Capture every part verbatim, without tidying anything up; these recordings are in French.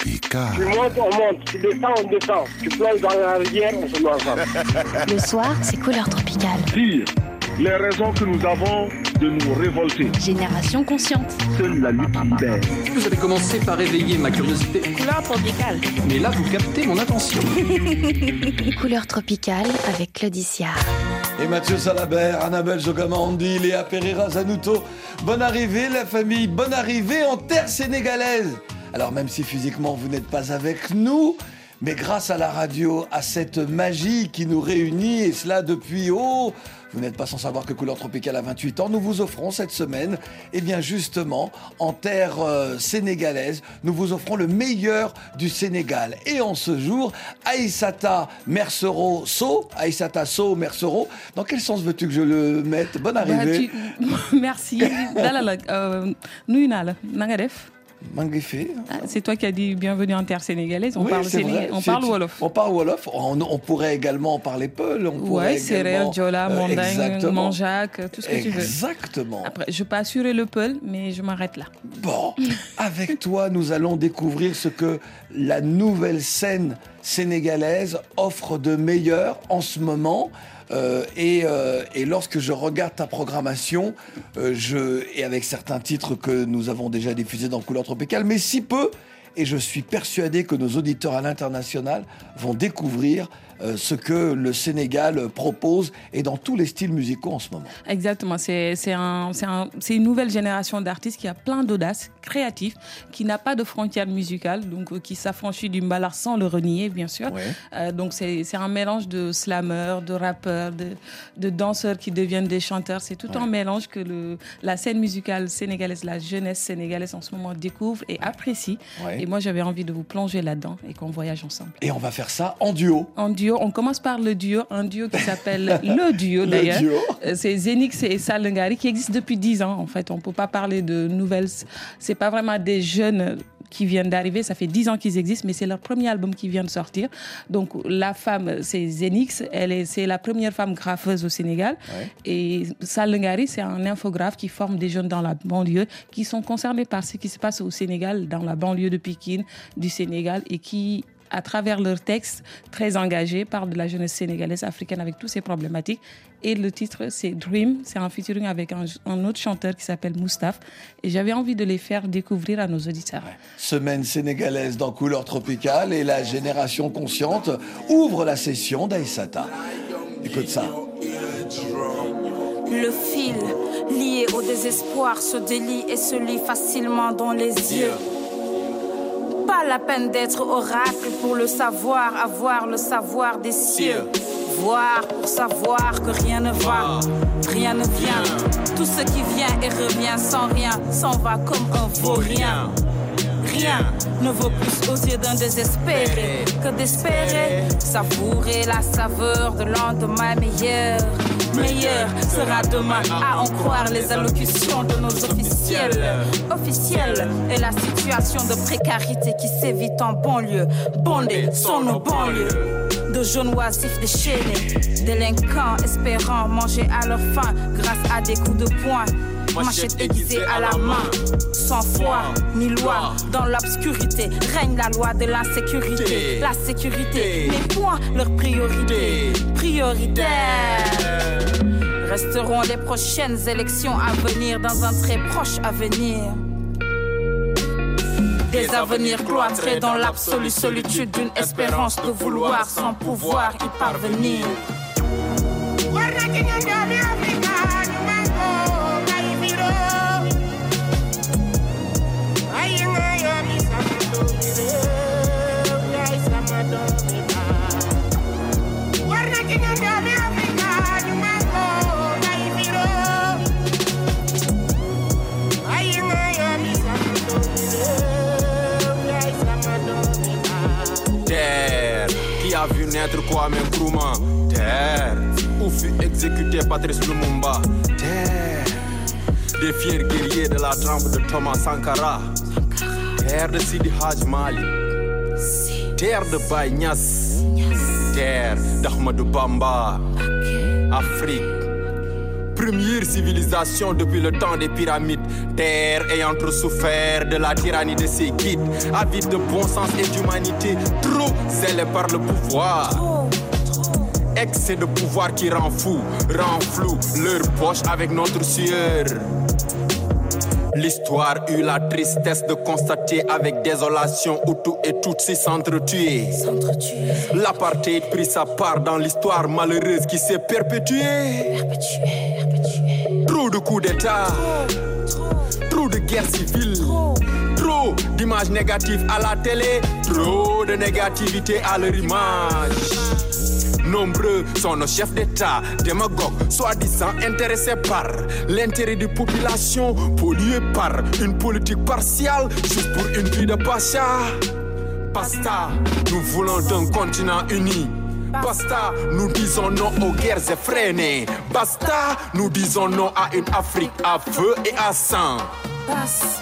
Tropical. Tu montes, on monte. Tu descends, on descend. Tu plonges dans la rivière, on se noie ensemble. Le soir, c'est couleur tropicale. Dire les raisons que nous avons de nous révolter. Génération consciente. Seule la lutte libère. Vous avez commencé par éveiller ma curiosité. Couleur tropicale. Mais là, vous captez mon attention. Couleur tropicale avec Claudicia. Et Mathieu Salabert, Annabelle Jogamandi, Léa Pereira Zanuto. Bonne arrivée la famille, bonne arrivée en terre sénégalaise. Alors même si physiquement vous n'êtes pas avec nous, mais grâce à la radio, à cette magie qui nous réunit, et cela depuis, oh, vous n'êtes pas sans savoir que Couleur Tropicale a vingt-huit ans, nous vous offrons cette semaine, et bien justement, en terre euh, sénégalaise, nous vous offrons le meilleur du Sénégal. Et en ce jour, Aïssata Mersoro So, Aïssata So Mersoro, dans quel sens veux-tu que je le mette? Bonne arrivée. Bah, tu... Merci. Dalala, euh, nuyu naa la, na nga def? Ah, c'est toi qui as dit bienvenue en terre sénégalaise. On oui, parle sénégalais, on parle wolof. On parle wolof. On, on pourrait également en parler peul. Ouais, Sérère, Diola, Manding, euh, Manjac, tout ce que exactement. tu veux. Exactement. Après, je peux assurer le peul, mais je m'arrête là. Bon, avec toi, nous allons découvrir ce que la nouvelle scène sénégalaise offre de meilleur en ce moment. Euh, et, euh, et lorsque je regarde ta programmation, euh, je, et avec certains titres que nous avons déjà diffusés dans Couleur Tropicale, mais si peu, et je suis persuadé que nos auditeurs à l'international vont découvrir euh, ce que le Sénégal propose et dans tous les styles musicaux en ce moment. Exactement, c'est, c'est, un, c'est, un, c'est une nouvelle génération d'artistes qui a plein d'audace, créatif, qui n'a pas de frontières musicales, donc euh, qui s'affranchit du mbala sans le renier, bien sûr. Ouais. Euh, donc c'est, c'est un mélange de slameurs, de rappeurs, de, de danseurs qui deviennent des chanteurs. C'est tout ouais. un mélange que le, la scène musicale sénégalaise, la jeunesse sénégalaise en ce moment découvre et apprécie. Ouais. Et moi, j'avais envie de vous plonger là-dedans et qu'on voyage ensemble. Et on va faire ça en duo. En duo. On commence par le duo, un duo qui s'appelle le duo d'ailleurs. Le duo. C'est Zenix et Sall Ngari qui existe depuis dix ans en fait. On ne peut pas parler de nouvelles. C'est pas vraiment des jeunes qui viennent d'arriver, ça fait dix ans qu'ils existent, mais c'est leur premier album qui vient de sortir. Donc la femme, c'est Zenix, elle est, c'est la première femme graffeuse au Sénégal. Ouais. Et Sall Ngari, c'est un infographe qui forme des jeunes dans la banlieue qui sont concernés par ce qui se passe au Sénégal, dans la banlieue de Pikine, du Sénégal, et qui, à travers leurs textes très engagés, parlent de la jeunesse sénégalaise africaine avec toutes ces problématiques. Et le titre, c'est Dream. C'est un featuring avec un, un autre chanteur qui s'appelle Moustapha. Et j'avais envie de les faire découvrir à nos auditeurs. Ouais. Semaine sénégalaise dans Couleur Tropicale et la génération consciente ouvre la session d'Aïssata. Écoute ça. Le fil lié au désespoir se délie et se lie facilement dans les yeux. Pas la peine d'être oracle pour le savoir, avoir le savoir des cieux. Voir pour savoir que rien ne va, rien ne vient. Tout ce qui vient et revient sans rien s'en va comme un vaurien. Rien ne vaut plus aux yeux d'un désespéré que d'espérer savourer la saveur de lendemain meilleur. Meilleur sera demain à en croire les allocutions de nos officiels. Officiels est la situation de précarité qui sévit en banlieue. Bondés sont nos banlieues. De jeunes oisifs déchaînés, délinquants espérant manger à leur faim grâce à des coups de poing. Machette aiguisée à la main, sans foi ni loi, dans l'obscurité règne la loi de l'insécurité. La sécurité n'est point leur priorité. Prioritaire resteront les prochaines élections à venir dans un très proche avenir. Des avenirs cloîtrés dans l'absolue solitude d'une espérance de vouloir sans pouvoir y parvenir. Terre, qui a vu naître Kwame Nkrumah. Terre, où fut exécuté Patrice Lumumba. Terre, des fiers guerriers de la trempe de Thomas Sankara. Terre de Sidi Hadj Mali. Terre de Baye Niass. Terre d'Ahmadou Bamba. Afrique, Première civilisation depuis le temps des pyramides. Terre ayant trop souffert de la tyrannie de ses guides. Avide de bon sens et d'humanité. Trop zélés par le pouvoir. Excès de pouvoir qui rend fou, rend flou leur poche avec notre sueur. L'histoire eut la tristesse de constater avec désolation Hutu et Tutsi s'entretuer. L'apartheid prit sa part dans l'histoire malheureuse qui s'est perpétuée. Perpétuée, perpétuée. Trop de coups d'état, trop, trop de guerres civiles, trop, trop d'images négatives à la télé, trop de négativité à leur image. Nombreux sont nos chefs d'État, démagogues, soi-disant intéressés par l'intérêt des populations, pollués par une politique partiale, juste pour une vie de pacha. Basta, nous voulons un continent uni. Basta, nous disons non aux guerres effrénées. Basta, nous disons non à une Afrique à feu et à sang. Basta.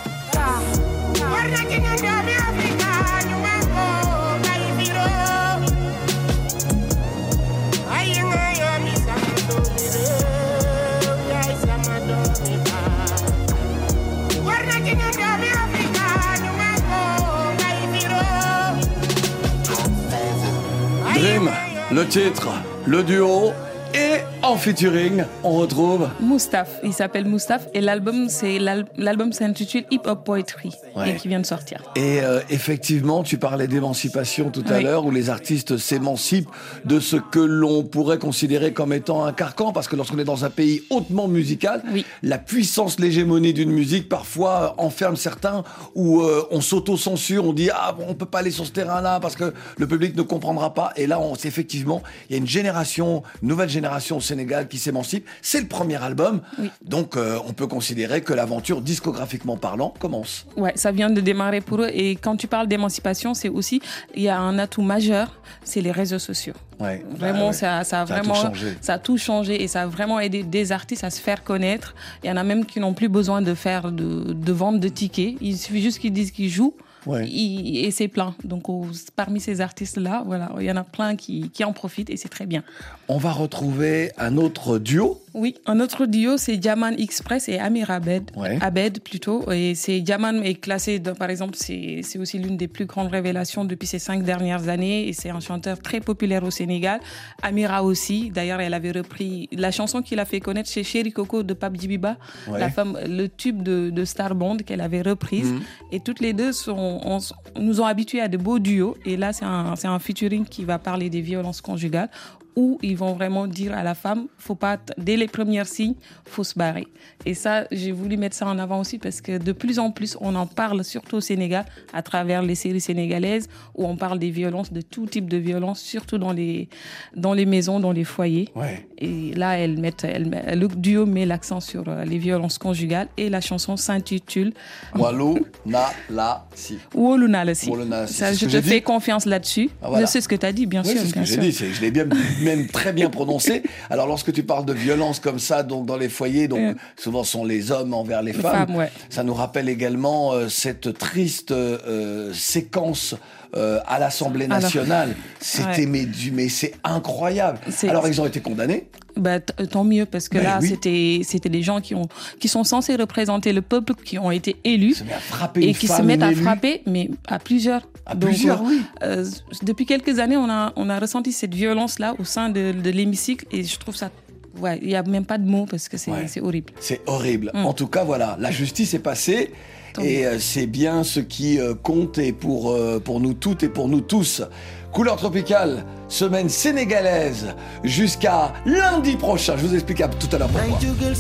Dream, le titre, le duo et en featuring, on retrouve Moustaphe. Il s'appelle Moustaphe et l'album, c'est l'album s'intitule Hip Hop Poetry, ouais. Et qui vient de sortir. Et euh, effectivement, tu parlais d'émancipation tout à oui. l'heure, où les artistes s'émancipent de ce que l'on pourrait considérer comme étant un carcan, parce que lorsqu'on est dans un pays hautement musical, oui. la puissance, l'hégémonie d'une musique parfois enferme certains, où euh, on s'auto-censure, on dit ah bon, on peut pas aller sur ce terrain-là parce que le public ne comprendra pas. Et là, on, effectivement, il y a une génération, une nouvelle génération au Sénégal qui s'émancipe. C'est le premier album, oui. donc euh, on peut considérer que l'aventure discographiquement parlant commence. Ouais, ça vient de démarrer pour eux. Et quand tu parles d'émancipation, c'est aussi il y a un atout majeur, c'est les réseaux sociaux. Ouais. Vraiment, bah, ouais. ça, ça a ça vraiment, a tout changé. ça a tout changé et ça a vraiment aidé des artistes à se faire connaître. Il y en a même qui n'ont plus besoin de faire de, de vente de tickets. Il suffit juste qu'ils disent qu'ils jouent. Ouais. Et c'est plein. Donc, au, parmi ces artistes-là, voilà, il y en a plein qui, qui en profitent et c'est très bien. On va retrouver un autre duo. Oui, un autre duo, c'est Diamane Express et Amir Abed. Ouais. Abed, plutôt. Et c'est, Diamane est classé, dans, par exemple, c'est, c'est aussi l'une des plus grandes révélations depuis ces cinq dernières années. Et c'est un chanteur très populaire au Sénégal. Amira aussi. D'ailleurs, elle avait repris la chanson qu'il a fait connaître chez Chéri Coco de Pape Djibiba. Ouais. La femme, le tube de, de Star Bond qu'elle avait reprise. Mmh. Et toutes les deux sont, on, nous ont habitués à de beaux duos. Et là, c'est un, c'est un featuring qui va parler des violences conjugales, où ils vont vraiment dire à la femme, faut pas, dès les premiers signes, faut se barrer. Et ça, j'ai voulu mettre ça en avant aussi parce que de plus en plus, on en parle surtout au Sénégal, à travers les séries sénégalaises, où on parle des violences, de tout type de violences, surtout dans les, dans les maisons, dans les foyers. Ouais. Et là, elle met, elle, le duo met l'accent sur les violences conjugales et la chanson s'intitule Walou na la si. Walou na la si. Ça, je te fais confiance là-dessus. Ah, voilà. Je sais ce que tu as dit, bien oui, sûr. C'est ce que j'ai dit, c'est, je l'ai bien même très bien prononcé. Alors, lorsque tu parles de violence comme ça, donc dans les foyers, donc euh, souvent sont les hommes envers les, les femmes, femmes ouais. ça nous rappelle également euh, cette triste euh, séquence euh, à l'Assemblée nationale. Alors, C'était ouais. mais, mais c'est incroyable. C'est, Alors, ils ont été condamnés. Bah, t- tant mieux, parce que ben là, oui. c'était, c'était des gens qui, ont, qui sont censés représenter le peuple, qui ont été élus, et qui se mettent à élue. frapper, mais à plusieurs. À Donc, plusieurs, oui. Euh, depuis quelques années, on a, on a ressenti cette violence-là au sein de, de l'hémicycle, et je trouve ça... Ouais, il n'y a même pas de mots, parce que c'est, ouais. c'est horrible. C'est horrible. Mmh. En tout cas, voilà, la justice est passée, et euh, c'est bien ce qui euh, compte, et pour, euh, pour nous toutes et pour nous tous. Couleur tropicale, semaine sénégalaise, jusqu'à lundi prochain. Je vous explique tout à l'heure pourquoi.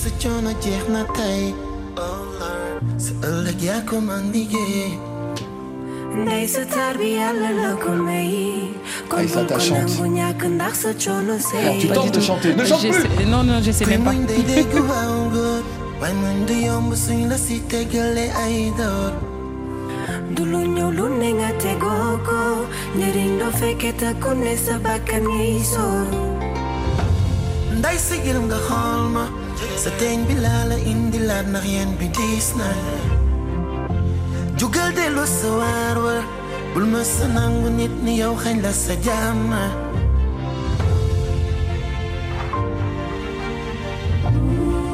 Aïssa, ta chante. Alors, tu tentes de chanter. Ne chante plus. Non, non, je sais même pas. Dulu ñëw lu ne nga tegoo ko njëriñ doo fekke te ku ne sa bakkan ngay sóor nday sigil nga xool ma sa teeñ bi laa la indi laat ndax yéen bi diis na jugal dellu sa waar war bul ma sa nangu nit ni yow xañ la sa jàmm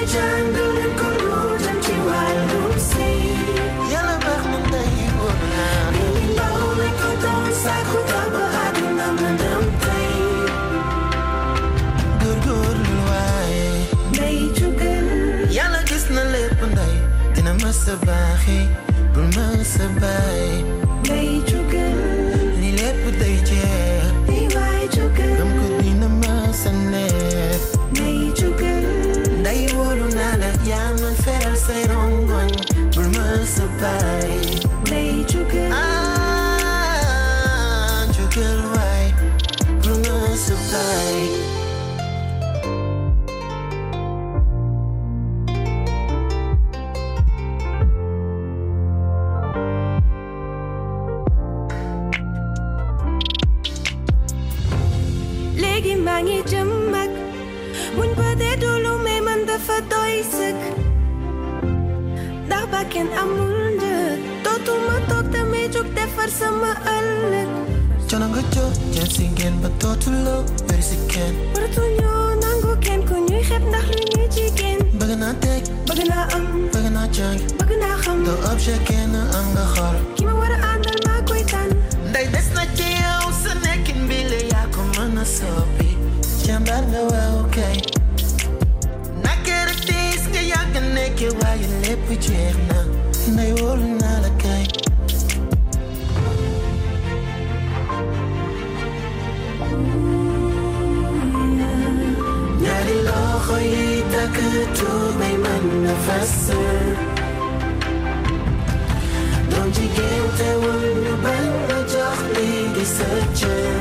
jàng ko lu jëm ci wàllum sëy yàlla baax na ndey wóor naa li ndaw li ko doon sàkku ba àdduna mën dem tey góorgóorlu waaye ndey jugal yàlla gis na lépp ndey dina mës a baaxee bul mës a bàyyi ndey jugal li lépp day jeex li waay jugal gëm ko dina mës a neex ndey jugal ndey wóolu naa la yaa man feral say rongoñ bul mës a bàyyi ndey jugal ah jugal waay bul mës a bàyyi léegi maa ngi jëm mag muñ ba dee dulu mais man dafa doy sëkk ndax ba kenn amul njëg dootuma toog damay jóg defar sama ëllëg coono nga jóg jël si ngeen ba dootuloo bëri si kenn waratuñoo nangu kenn ku ñuy xeeb ndax lu ñuy jigéen bëgg naa teg bëgg naa am bëgg naa jàng bëgg naa xam doo objet kenn am nga xool ki ma war a àndal maa koy tànn ndey des na ci yow sa nekkin bi la yaa ko mën a soppi jàmbaar nga waaw kay naka rek tiis nga yàgg nekk waaye lépp jeex na ndey wóolu naa la kay ñaari loxo yi takk tuubay mën na fas doon jigéen teewul ñu bañ la jox lii di sa cër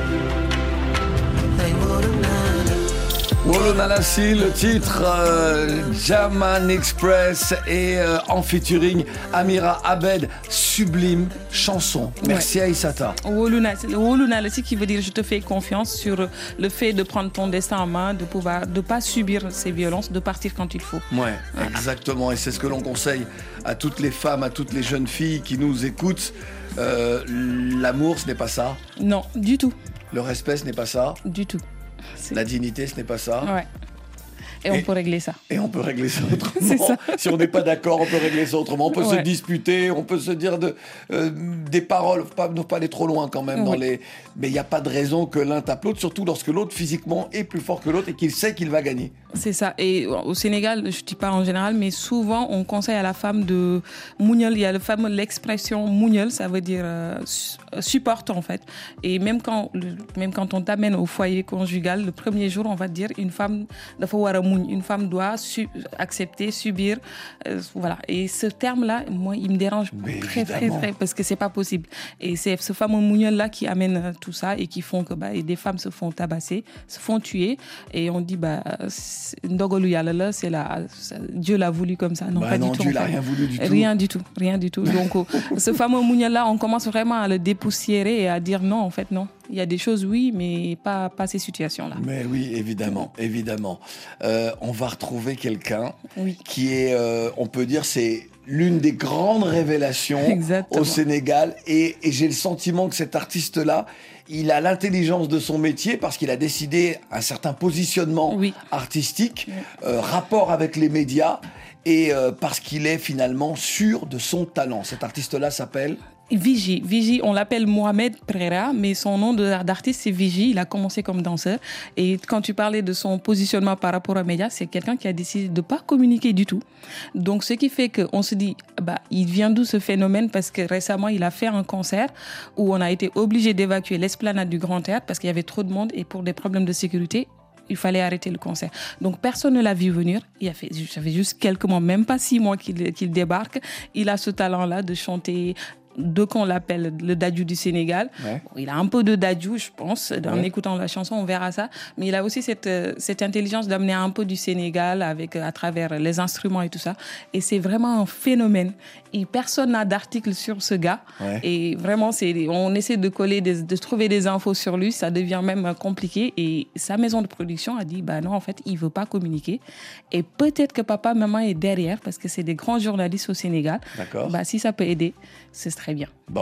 ndey wóolu naa la Wolo Nalassi, le titre euh, Jaman Express et euh, en featuring Amira Abed, sublime chanson. Merci ouais. Aïssata. Wolo Nalassi qui veut dire je te fais confiance sur le fait de prendre ton destin en main, de pouvoir, de pas subir ces violences, de partir quand il faut. Ouais, ouais. Exactement. Et c'est ce que l'on conseille à toutes les femmes, à toutes les jeunes filles qui nous écoutent. Euh, l'amour, ce n'est pas ça. Non, du tout. Le respect, ce n'est pas ça. Du tout. C'est... La dignité, ce n'est pas ça. Ouais. Et, et on peut régler ça. Et on peut régler ça autrement. Ça. Si on n'est pas d'accord, on peut régler ça autrement. On peut ouais. se disputer, on peut se dire de, euh, des paroles. Pas, ne pas aller trop loin quand même. Ouais. Dans les... Mais il n'y a pas de raison que l'un tape l'autre, surtout lorsque l'autre physiquement est plus fort que l'autre et qu'il sait qu'il va gagner. C'est ça. Et au Sénégal, je ne dis pas en général, mais souvent on conseille à la femme de muñal. Il y a le fameux l'expression muñal, ça veut dire euh, supporte en fait. Et même quand, le, même quand on t'amène au foyer conjugal, le premier jour, on va te dire une femme dafa war a muñ, une femme doit su- accepter, subir, euh, voilà. Et ce terme-là, moi, il me dérange mais très, évidemment. très, très, parce que c'est pas possible. Et c'est ce fameux muñal-là qui amène tout ça et qui font que bah, et des femmes se font tabasser, se font tuer, et on dit bah ndogolu yalla la, c'est la Dieu l'a voulu comme ça. Non, bah pas non, du tout. Dieu l'a rien voulu du tout. Rien du tout, rien du tout. Donc ce fameux muñal-là, on commence vraiment à le dépoussiérer et à dire non, en fait non. Il y a des choses, oui, mais pas, pas ces situations-là. Mais oui, évidemment, évidemment. Euh, on va retrouver quelqu'un oui. qui est, euh, on peut dire, c'est l'une des grandes révélations Exactement. au Sénégal. Et, et j'ai le sentiment que cet artiste-là, il a l'intelligence de son métier parce qu'il a décidé un certain positionnement oui. artistique, oui. euh, rapport avec les médias, et euh, parce qu'il est finalement sûr de son talent. Cet artiste-là s'appelle... Vigie. Vigie, on l'appelle Mohamed Prera, mais son nom d'artiste, c'est Vigie. Il a commencé comme danseur. Et quand tu parlais de son positionnement par rapport aux médias, c'est quelqu'un qui a décidé de ne pas communiquer du tout. Donc, ce qui fait qu'on se dit, bah, il vient d'où ce phénomène? Parce que récemment, il a fait un concert où on a été obligé d'évacuer l'esplanade du Grand Théâtre parce qu'il y avait trop de monde et pour des problèmes de sécurité, il fallait arrêter le concert. Donc, personne ne l'a vu venir. Il a fait, ça fait juste quelques mois, même pas six mois qu'il, qu'il débarque. Il a ce talent-là de chanter... de qu'on l'appelle le dadju du Sénégal. Ouais. Il a un peu de dadju, je pense. En ouais. écoutant la chanson, on verra ça. Mais il a aussi cette, cette intelligence d'amener un peu du Sénégal avec, à travers les instruments et tout ça. Et c'est vraiment un phénomène. Et personne n'a d'article sur ce gars. Ouais. Et vraiment, c'est, on essaie de coller, des, de trouver des infos sur lui. Ça devient même compliqué. Et sa maison de production a dit, bah non, en fait, il ne veut pas communiquer. Et peut-être que papa, maman est derrière parce que c'est des grands journalistes au Sénégal. D'accord. Bah, si ça peut aider, c'est très bien. Bon,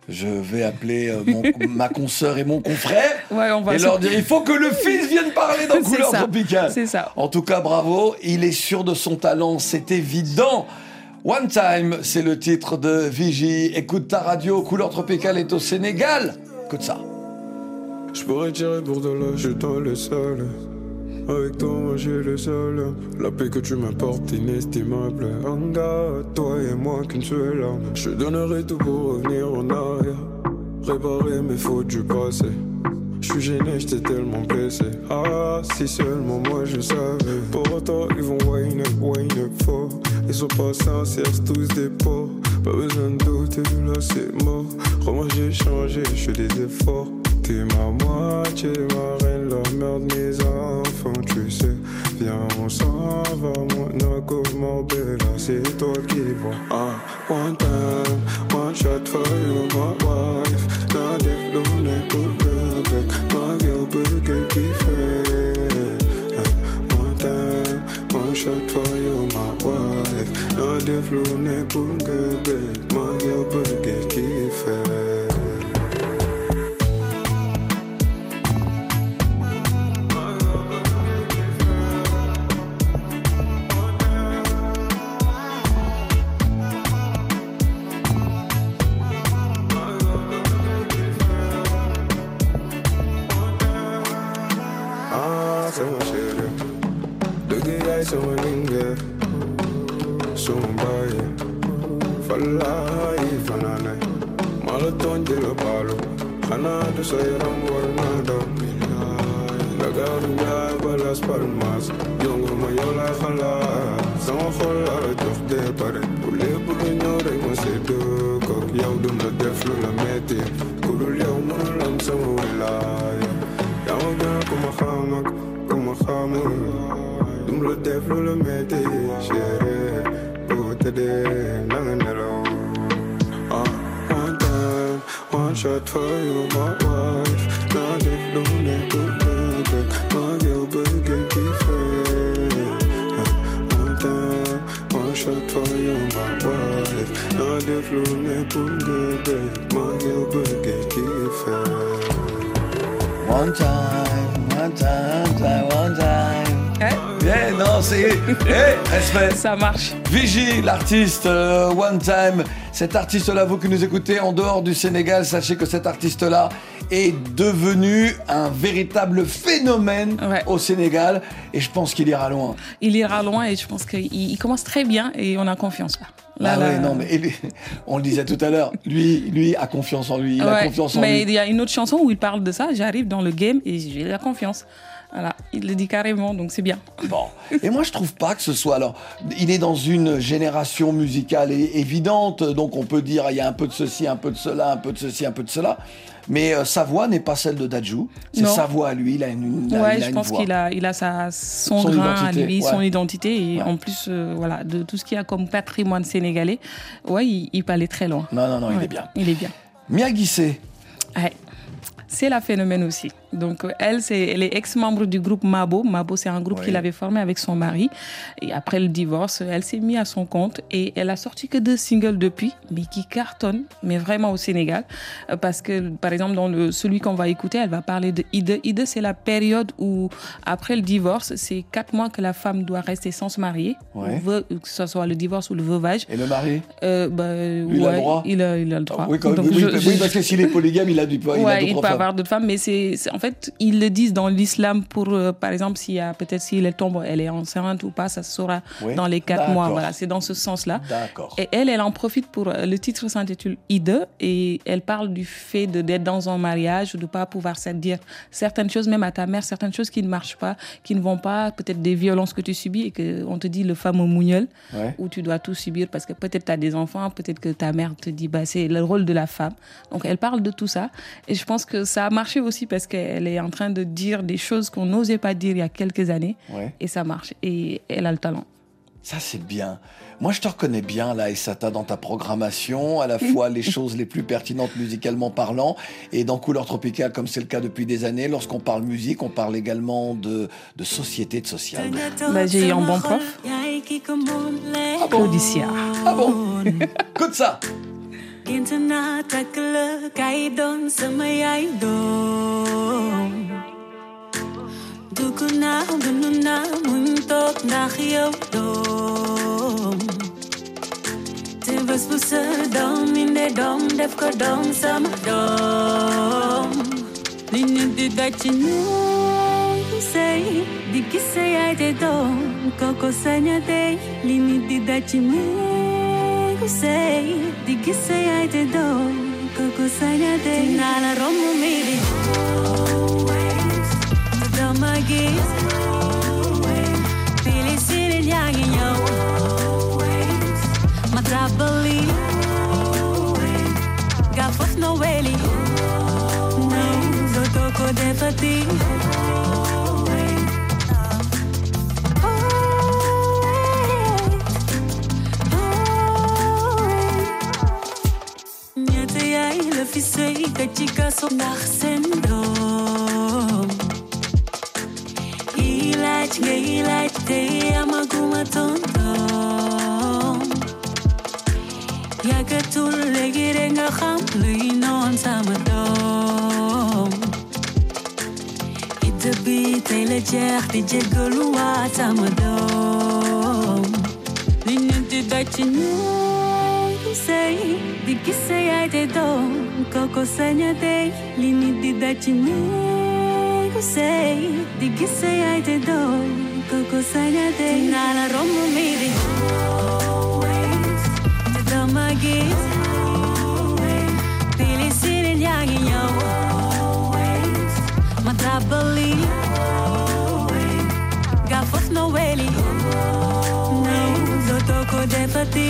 Je vais appeler euh, mon, ma consoeur et mon confrère ouais, on va et se... leur dire il faut que le fils vienne parler dans Couleur Tropicale. C'est ça. En tout cas, bravo. Il est sûr de son talent, c'est évident. One Time, c'est le titre de Vigie. Écoute ta radio, Couleur Tropicale est au Sénégal. Écoute ça. Je pourrais tirer pour de là, je suis dans le sol. Avec toi, moi j'ai le sol. La paix que tu m'apportes, inestimable. Anga, toi et moi qu'une seule âme. Je donnerai tout pour revenir en arrière. Réparer mes fautes du passé. Je suis gêné, j'étais tellement blessé. Ah, si seulement moi je savais. Pour autant, ils vont wine up, wine up fort. Ils sont pas sincères, c'est tous des porcs. Pas besoin de douter, là c'est mort. Crois-moi, j'ai changé, je fais des efforts. T'es ma moitié, ma reine, la mère de mes enfants, tu sais. Viens, on s'en va, Monaco, Marbella, c'est toi qui vois. Ah, one time, one shot for you, my wife. Now they don't let go back. My girl, but get different. One time, one shot for you, my wife. Now they don't let go back. My girl, but get different. So ninge, so mbaye, falai fanane, malaton de la balo, ana de sayram warnada, lagarunya balas palmas, yongo mayola khala, sama khola dof de pare, ule bulu nyore mo se do, kok yaw dum la def lu la meti, kulul yaw mo lam sama wilaya, yaw ga kuma khamak, kuma khamak. Le déflo le mété, chérie, pour t'aider, nanganelo. Ah, one time, one shot for you, my wife. Now déflo n'est pas good, my girl, but get different. One time, one shot for you, my wife. Now déflo n'est pas good, my girl, but get different. One time, one time, one time. Hein? Bien, non, c'est... Hey, respect. Ça marche. Vigie, l'artiste euh, One Time. Cet artiste-là, vous qui nous écoutez en dehors du Sénégal, sachez que cet artiste-là est devenu un véritable phénomène ouais. au Sénégal. Et je pense qu'il ira loin. Il ira loin et je pense qu'il il commence très bien et on a confiance là. Là, ah là, ouais, non, mais on le disait tout à l'heure, lui, lui a confiance en lui, il ouais, a confiance en mais lui. Mais il y a une autre chanson où il parle de ça, j'arrive dans le game et j'ai la confiance. Voilà, il le dit carrément, donc c'est bien. Bon, et moi je trouve pas que ce soit... Alors, il est dans une génération musicale évidente, donc on peut dire il y a un peu de ceci, un peu de cela, un peu de ceci, un peu de cela. Mais euh, sa voix n'est pas celle de Dadju, c'est non. sa voix à lui, il a une, une, ouais, il a je une pense voix. qu'il a, il a sa, son, son grain à lui, ouais. son identité, et ouais. en plus euh, voilà, de tout ce qu'il y a comme patrimoine sénégalais, ouais, il, il peut aller très loin. Non, non, non, ouais. il est bien. Il est bien. Mia Guissé. Ouais. C'est la phénomène aussi. Donc elle, c'est, elle est ex-membre du groupe Mabo. Mabo, c'est un groupe oui. qu'il avait formé avec son mari. Et après le divorce, elle s'est mise à son compte et elle a sorti que deux singles depuis, mais qui cartonnent, mais vraiment au Sénégal. Parce que, par exemple, dans le, celui qu'on va écouter, elle va parler de Ide. Ide, c'est la période où, après le divorce, c'est quatre mois que la femme doit rester sans se marier, ouais. veut, que ce soit le divorce ou le veuvage. Et le mari euh, bah, Lui, ouais, il a le droit il a, il a le droit. Ah, oui, quand, Donc, oui, je, oui, je, parce que s'il est polygame, il a du ouais, il a il peut femmes. avoir d'autres femmes, mais c'est, c'est en fait ils le disent dans l'islam pour euh, par exemple s'il y a peut-être si elle tombe, elle est enceinte ou pas, ça se saura oui. dans les quatre D'accord. mois. Voilà, c'est dans ce sens-là. D'accord. Et elle, elle en profite pour le titre s'intitule Ide et elle parle du fait de d'être dans un mariage, de pas pouvoir dire certaines choses même à ta mère, certaines choses qui ne marchent pas, qui ne vont pas, peut-être des violences que tu subis et que on te dit le fameux mougneul ouais. où tu dois tout subir parce que peut-être tu as des enfants, peut-être que ta mère te dit bah c'est le rôle de la femme. Donc elle parle de tout ça et je pense que ça a marché aussi parce qu'elle est en train de dire des choses qu'on n'osait pas dire il y a quelques années ouais. et ça marche et elle a le talent. Ça c'est bien. Moi je te reconnais bien là Aïssata dans ta programmation, à la fois les choses les plus pertinentes musicalement parlant et dans Couleur Tropicale comme c'est le cas depuis des années, lorsqu'on parle musique, on parle également de, de société, de social. Bah, j'ai eu un bon prof. Ah bon Claudicia. Ah bon Écoute ça. Gintana takla kay don sa mayay dom. Dukuna dununa muntok na khiyaw dom. Tibas busa dom inde dom def ko dom sama dom. Lini di dachinu say di kisay ay de dom koko sanya de lini di dachinu say di kisay ay de dom koko sanya de nala romu miri dama gis pili siri yangi yo matrabali gafos no weli no zotoko de fati Fisei que chica so naxendo Ilach ge ilach te amaguma tonto Yaga tul legirenga kham luinon samadom Itabi tele jer di jegolua samadom Linti dachinu say di kisay ay de dom koko sanya de lini di dachinu say di kisay ay de dom koko sanya de nala romu miri dama gis pili siri yangi yo matrabali gafos no weli no zotoko de fati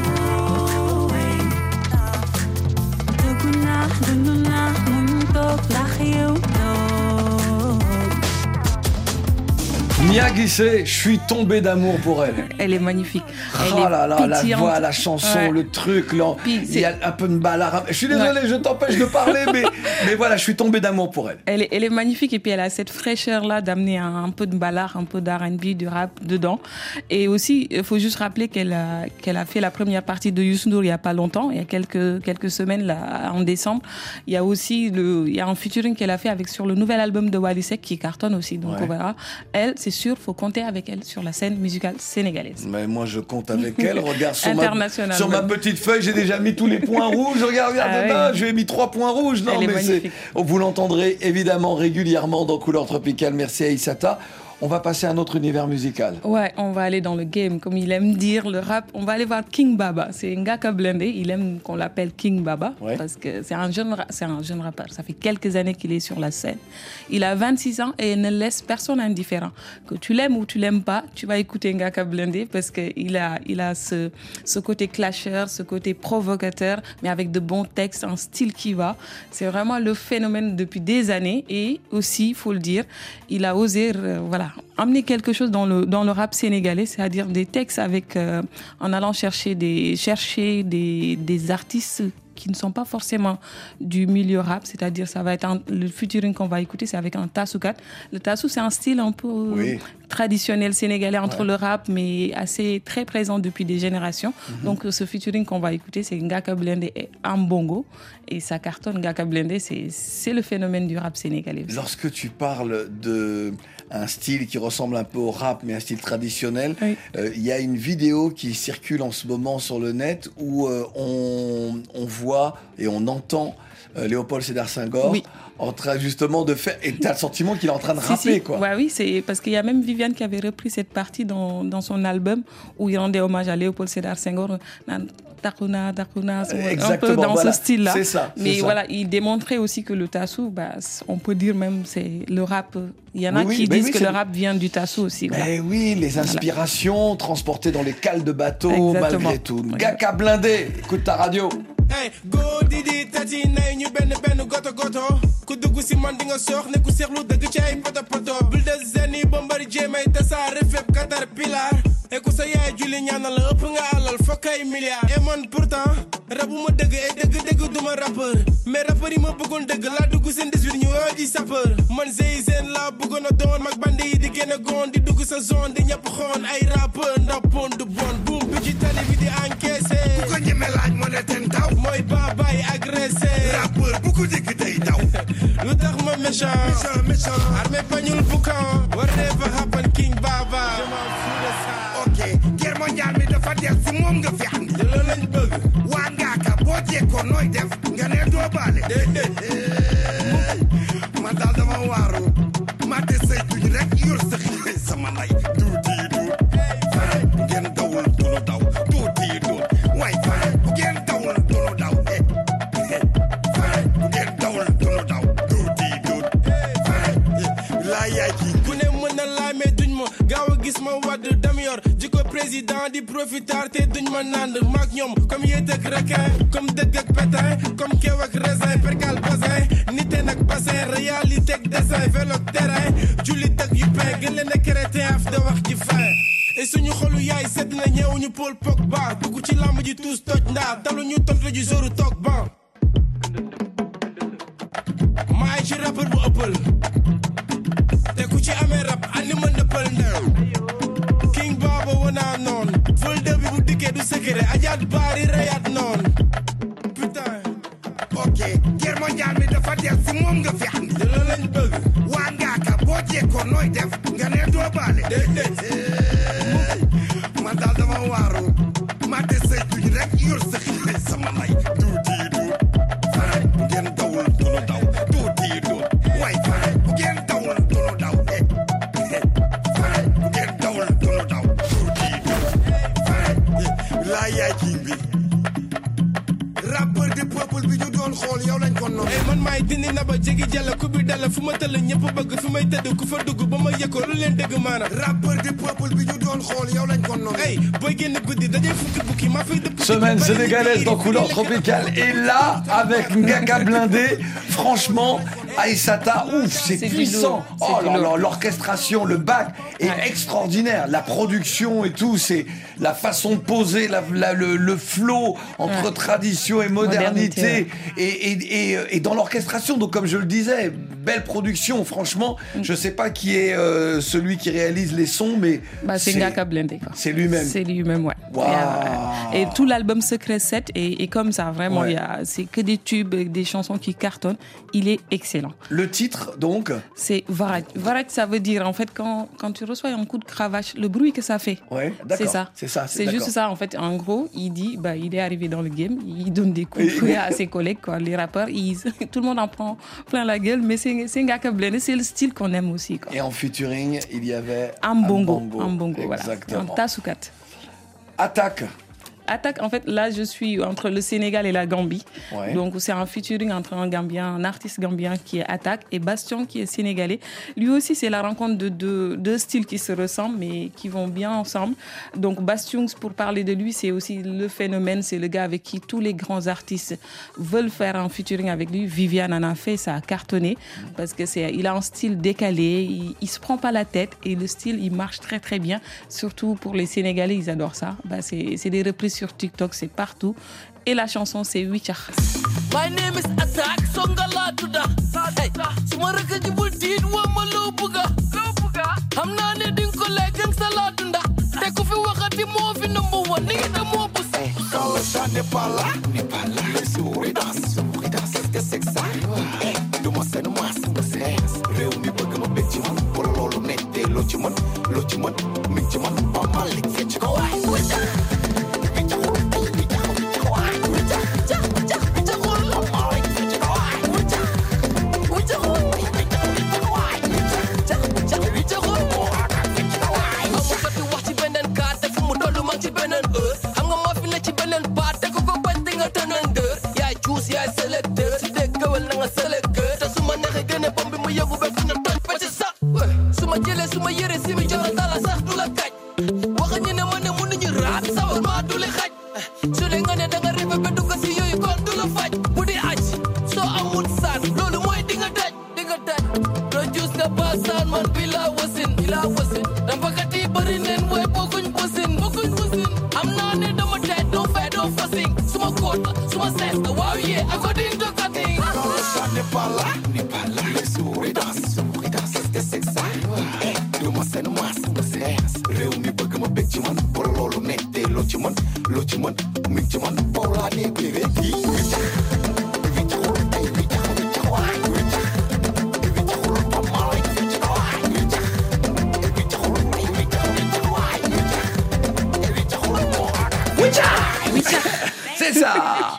Dununa muntok lachiu Mia Guissé, je suis tombé d'amour pour elle. Elle est magnifique. Elle oh là là, la pétillante. voix, la chanson, ouais. Le truc, là, il y a un peu de balard. Je suis désolé, ouais. Je t'empêche de parler, mais, mais voilà, je suis tombé d'amour pour elle. Elle est, elle est magnifique et puis elle a cette fraîcheur-là d'amener un, un peu de balard, un peu d'R and B, du rap dedans. Et aussi, il faut juste rappeler qu'elle a, qu'elle a fait la première partie de Youssou N'Dour il y a pas longtemps, il y a quelques, quelques semaines, là, en décembre. Il y a aussi le, il y a un featuring qu'elle a fait avec, sur le nouvel album de Wally Seck qui cartonne aussi. Donc, ouais. On verra. Elle, c'est sûr, faut compter avec elle sur la scène musicale sénégalaise. Mais moi, je compte avec elle. Regarde, sur, ma, sur même. ma petite feuille, j'ai déjà mis tous les points rouges. Regarde, regarde, ah, dedans, oui. J'ai mis trois points rouges. Non, elle mais c'est... vous l'entendrez évidemment régulièrement dans Couleur Tropicale. Merci à Issata. On va passer à un autre univers musical. Ouais, on va aller dans le game, comme il aime dire, le rap. On va aller voir King Baba. C'est Ngaka Blindé. Il aime qu'on l'appelle King Baba, ouais. Parce que c'est un jeune, c'est un jeune rappeur. Ça fait quelques années qu'il est sur la scène. Il a vingt-six ans et il ne laisse personne indifférent. Que tu l'aimes ou tu l'aimes pas, tu vas écouter Ngaka Blindé parce qu'il a, il a ce, ce côté clasheur, ce côté provocateur, mais avec de bons textes, un style qui va. C'est vraiment le phénomène depuis des années. Et aussi, il faut le dire, il a osé, euh, voilà, amener quelque chose dans le dans le rap sénégalais, c'est-à-dire des textes avec euh, en allant chercher des chercher des des artistes qui ne sont pas forcément du milieu rap, c'est-à-dire ça va être un, le featuring qu'on va écouter, c'est avec un tassoukat. Le tassou, c'est un style un peu oui. traditionnel sénégalais entre ouais. le rap, mais assez très présent depuis des générations. Mm-hmm. Donc ce featuring qu'on va écouter, c'est Ngaka Blindé et Ambongo, et ça cartonne. Ngaka Blindé, c'est c'est le phénomène du rap sénégalais. Lorsque tu parles de un style qui ressemble un peu au rap, mais un style traditionnel, il oui. euh, y a une vidéo qui circule en ce moment sur le net où euh, on on voit et on entend euh, Léopold Sédar Senghor oui. en train justement de faire, et tu as le sentiment qu'il est en train de si, rapper si. quoi. Ouais, oui, c'est parce qu'il y a même Viviane qui avait repris cette partie dans, dans son album où il rendait hommage à Léopold Sédar Senghor, Takuna, Takuna, un peu dans voilà. ce style-là. C'est ça. Mais c'est voilà, ça. Il démontrait aussi que le tassou, bah, on peut dire même c'est le rap. Il y en a oui, qui oui, disent oui, que c'est... le rap vient du tassou aussi. Voilà. Mais oui, les inspirations voilà. transportées dans les cales de bateau Exactement. Malgré tout. Oui. Ngaka Blindé, écoute ta radio. Hey, go didi tati nay ñu benn benn goto goto ku dugg si man di nga soox ne ku seexlu dëgg ci ay poto poto bul de zeni ba mbari jéemay tasaare fépp katar pilar et ku sa yaay julli ñaanal la ëpp nga alal fokk ay milliards et man pourtant rabu ma dëgg et dëgg dëgg duma rappeur mais rappeur yi ma bëggoon dëgg laa dugg seen dix-huit ñu woo di sapeur man zey seen laa bëggoon a doon mag bandi yi di génn goon di dugg sa zone di ñëpp xoon ay rappeur ndappoon du bon boum bi ci tali bi di encaissé ku ko ñeme laaj moo ne ten taw mooy baab méchant. Armée pagnul boucan. Whatever happen, King Baba. Ok, guerre mondiale mi dafa del si moom nga fi andi. loolu lañ bëgg. waa Ngaaka boo jekkoo nooy def nga ne doo baale. man daal dama waaru. ma de say tuñ rek yor sa xëy sama lay. duuti duut. fay bu ngeen dawul dunu daw. duuti duut. waay fay bu ngeen dawul dunu daw. fay bu ngeen dawul dunu daw. duuti duut. fay laa yaay ji. ku ne mën na laamee duñ ma gaaw a gis ma wadd dam yor jikko président di profitar te duñ ma nand maak ñoom comme yéet ak requin comme dëgg ak pétain comme keew ak raisin percal basin nite nag bassin réalité ak dessin vélo terrain jullit ak yu pain gën leen a crétin af da wax ji fin et suñu xolu yaay sedd na ñeewuñu Paul Pogba dugg ci lamb ji tous toj ndaa talu ñu tontu ji zoru toog ban maay ci rappeur bu ëppal te ku ci amee rap andi ma nëppal ndew King Baba wanaa noon ful de bi bu dikkee du secret ajaat baari reyaat noon putain ok guerre mondiale mi dafa del si moom nga fi andi. loolu lañ bëgg. waa Ngaaka boo jekkoo nooy def nga ne doo baale. déedéet. man daal dama waaru. ma de say tuñ rek yor sa xëy sama lay. duuti duut. fay bu ngeen dawul dunu daw. duuti duut. waay fay bu ngeen dawul dunu daw. fay bu ngeen dawul dunu daw. duuti duut. fay laa yaay king bi. rappeur du peuple bi ñu doon xool yow lañ ko noonu. ay man maay dindi na ba jegi jàll ku bi dala fu ma tëll ñëpp bëgg fi may tëdd ku fa dugg ba ma yëkkoo lu leen dégg maanaam. rappeur du peuple bi ñu doon xool yow lañ ko noonu. ay booy génn guddi dajay fukki bukki maa fay dëpp. Semaine sénégalaise dans Couleur Tropicale. Et là, avec Ngaaka Blindé, franchement, Aïssata, ouf, c'est, c'est puissant. Oh là là, l'orchestration, le bac est ouais. extraordinaire. La production et tout, c'est la façon de poser, la, la, le, le flow entre ouais. tradition et modernité. modernité ouais. et, et, et, et dans l'orchestration, donc comme je le disais, belle production. Franchement, mm. je sais pas qui est euh, celui qui réalise les sons, mais bah, c'est, c'est Ngaaka Blindé. Quoi. C'est lui-même. C'est lui-même, ouais. Wow. Et, euh, et tout l'album Secret sept est, est comme ça, vraiment. Ouais. Il y a, c'est que des tubes, des chansons qui cartonnent. Il est excellent. Le titre, donc? C'est Varaj. Varaj, ça veut dire, en fait, quand, quand tu reçois un coup de cravache, le bruit que ça fait. Ouais, d'accord. C'est ça. C'est ça. C'est, c'est juste ça, en fait. En gros, il dit, bah, il est arrivé dans le game, il donne des coups de fouet à ses collègues, quoi. Les rappeurs, ils, tout le monde en prend plein la gueule, mais c'est, c'est Ngaaka Blindé, c'est le style qu'on aime aussi, quoi. Et en featuring, il y avait Ambongo. Ambongo, Ambongo, voilà. Exactement. En Tasukat. Attaque. Attaque, en fait, là, je suis entre le Sénégal et la Gambie. Ouais. Donc, c'est un featuring entre un Gambien, un artiste gambien qui est Attaque et Bastion qui est sénégalais. Lui aussi, c'est la rencontre de deux, deux styles qui se ressemblent, mais qui vont bien ensemble. Donc, Bastion, pour parler de lui, c'est aussi le phénomène. C'est le gars avec qui tous les grands artistes veulent faire un featuring avec lui. Viviane en a fait, ça a cartonné. Parce que c'est, il a un style décalé, il, il se prend pas la tête et le style, il marche très, très bien. Surtout pour les Sénégalais, ils adorent ça. Bah, c'est, c'est des reprises sur TikTok, c'est partout. Et la chanson, c'est Wichach. My name is Attack, Songala Tuda. Hey, Sumara Kajibul Tid, Wamalo Buga. I'm not needing collect and saladunda. Take off your wakati movie number one, need the more pussy. Kalasha Nepala, Nepala, Suridas, Suridas, the sex side. Hey, do my son, my son, real me, but I'm a bitch, man. Pull a lot of net, they lochiman, lochiman, michiman, Papa, lick, fetch, go away with that. C'est ça.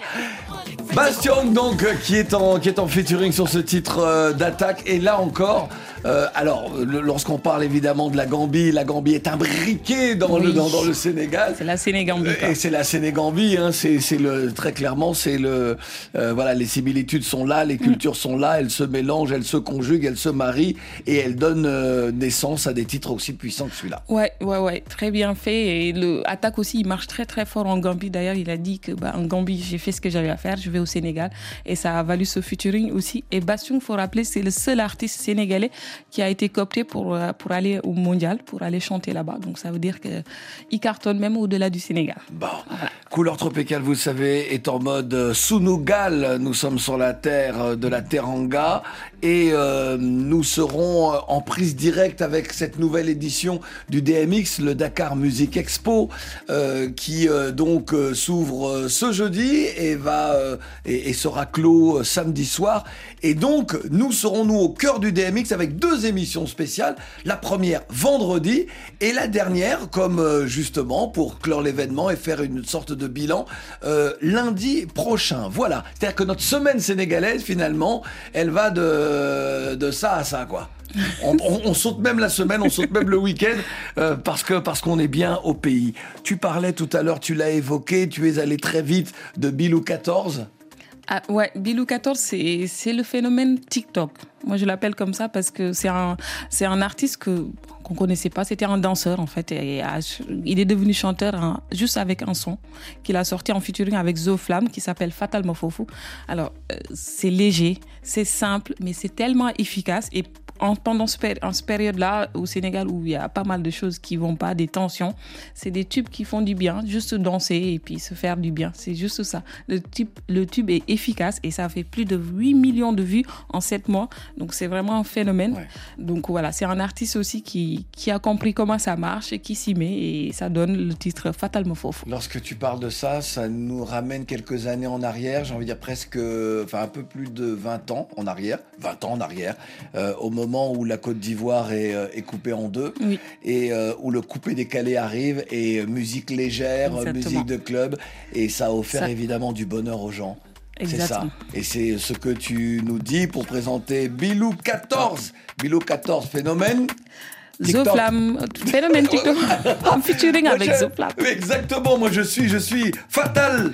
Bastien donc qui est en qui est en featuring sur ce titre euh, d'Attaque et là encore euh, alors le, lorsqu'on parle évidemment de la Gambie, la Gambie est imbriquée dans oui. le dans, dans le Sénégal. C'est la Sénégambie. Et c'est la Sénégambie hein, c'est c'est le très clairement c'est le euh, voilà les similitudes sont là, les cultures mmh. sont là, elles se mélangent, elles se conjuguent, elles se marient et elles donnent euh, naissance à des titres aussi puissants que celui-là. Ouais ouais ouais très bien fait et le Attaque aussi il marche très très fort en Gambie d'ailleurs il a dit que bah en Gambie j'ai fait ce que j'avais à faire, je vais au Sénégal et ça a valu ce featuring aussi et Bastion faut rappeler c'est le seul artiste sénégalais qui a été coopté pour pour aller au mondial pour aller chanter là-bas donc ça veut dire que il cartonne même au-delà du Sénégal. Bon voilà. Couleur tropicale vous savez est en mode Sunugal, nous sommes sur la terre de la Teranga et euh, nous serons en prise directe avec cette nouvelle édition du D M X, le Dakar Music Expo euh, qui euh, donc euh, s'ouvre ce jeudi et va euh, et, et sera clos samedi soir et donc nous serons nous au cœur du D M X avec deux émissions spéciales, la première vendredi et la dernière comme euh, justement pour clore l'événement et faire une sorte de bilan euh, lundi prochain. Voilà, c'est-à-dire que notre semaine sénégalaise finalement elle va de, de ça à ça quoi. On, on, on saute même la semaine, on saute même le week-end euh, parce que parce qu'on est bien au pays. Tu parlais tout à l'heure, tu l'as évoqué, tu es allé très vite de Bilou quatorze. Ah, ouais, Bilou quatorze, c'est, c'est le phénomène TikTok. Moi, je l'appelle comme ça parce que c'est un, c'est un artiste que, qu'on connaissait pas. C'était un danseur, en fait. Et, et, il est devenu chanteur hein, juste avec un son qu'il a sorti en featuring avec Zo Flamme qui s'appelle Fatal Mofofu. Alors, euh, c'est léger, c'est simple, mais c'est tellement efficace. Et en, pendant ce, en ce période-là, au Sénégal, où il y a pas mal de choses qui vont pas, des tensions, c'est des tubes qui font du bien, juste danser et puis se faire du bien. C'est juste ça. Le tube, le tube est efficace et ça fait plus de huit millions de vues en sept mois. Donc, c'est vraiment un phénomène. Ouais. Donc, voilà, c'est un artiste aussi qui, qui a compris comment ça marche et qui s'y met et ça donne le titre Fatal Mofofu. Lorsque tu parles de ça, ça nous ramène quelques années en arrière, j'ai envie de dire presque, enfin un peu plus de vingt ans en arrière, vingt ans en arrière, euh, au moment où la Côte d'Ivoire est, euh, est coupée en deux oui. et euh, où le coupé-décalé arrive et euh, musique légère, Exactement. musique de club et ça a offert ça... évidemment du bonheur aux gens. Exactement. C'est ça. Et c'est ce que tu nous dis pour présenter Bilou quatorze. Bilou quatorze, phénomène Zo Flamme, phénomène TikTok en featuring avec Zo Flamme. Exactement, moi je suis, je suis Fatal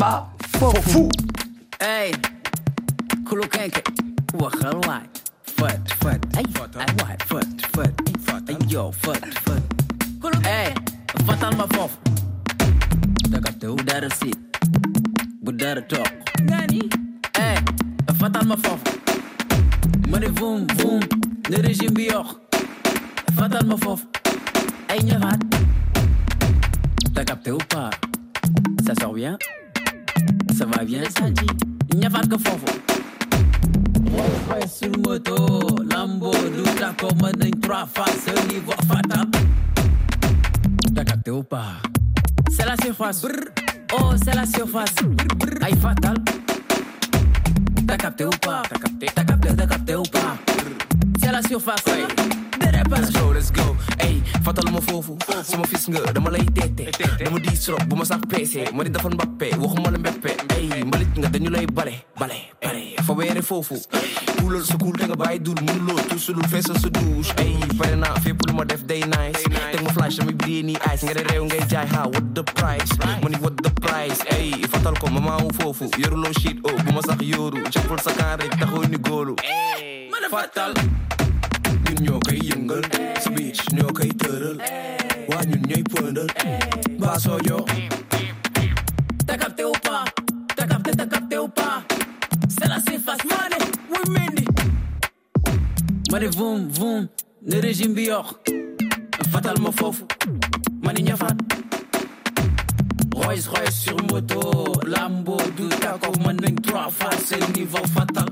Mofofu. Hey, Kouloukenke, Wakalwai. Foot, foot, ay, ay, foot, foot, ay, yo, foot, foot. Hey, Fatal Mofofu. Dakapte udara sit, budara talk. Nani? Hey, Fatal Mofofu. Money boom, boom, le régime bior. Fatal Mofofu. Ay, nyavat. Dakapte ou pas? Ça sort bien? Ça va bien, ça dit. Nyavat que fofu. Ouais, sur moto, Lambo, Douta, comme un trois faces, niveau fatal. T'as capté ou pas? C'est la surface. Brr. Oh, c'est la surface. Aïe, fatal. T'as capté ou pas? T'as capté, t'as capté, t'as capté ou pas? C'est la surface. Ouais. Let's go, let's go. Hey, Fatal Mofofu. Sama fils nga dama lay tété. Dama di trop bu ma sax pc. Ma di dafa Mbappé, waxuma la Mbappé. Hey, mbalit nga dañu lay balé, balé, balé. Fa wéré fofu. Couleur sa cool te nga bay dul mun lo tout sulul fess sa douche. Hey, pare na fépp lu ma def day nice. Tek ma flash mi brille ni ice nga de rew ngay jaay ha what the price? Money what the price? Hey, Fatal ko mama wu fofu. Yorulo shit oh, bu ma sax yoru. Jëfal sa kan rek taxo ni golu. Hey, Fatal. Ñun ñoo koy yëngal si beach ñoo koy tëral waa ñun ñooy pëndal mbaa soo joo t'as capté ou pas t'as capté t'as capté ou pas c'est la surface mane wuy mendi mane voum voum le régime bi yox Fatal Mofofu mani ñafaat Rolls Royce sur moto Lambo du tako man nañ trois fois c'est niveau fatal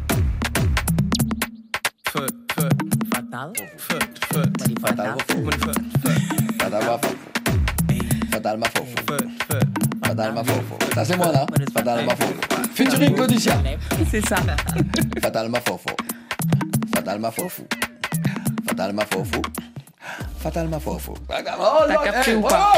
Feu, feu, fatal, feu, feu, fatal, feu, feu, fatal, Mofofu, fatal, Mofofu, feu, fatal, Mofofu. Ça c'est moi là, Fatal Mofofu. Featuring Claudicia. C'est ça. Fatal Mofofu, fatal, Mofofu, fatal, Mofofu, fatalement fofo. Oh, T'as capté ou pas?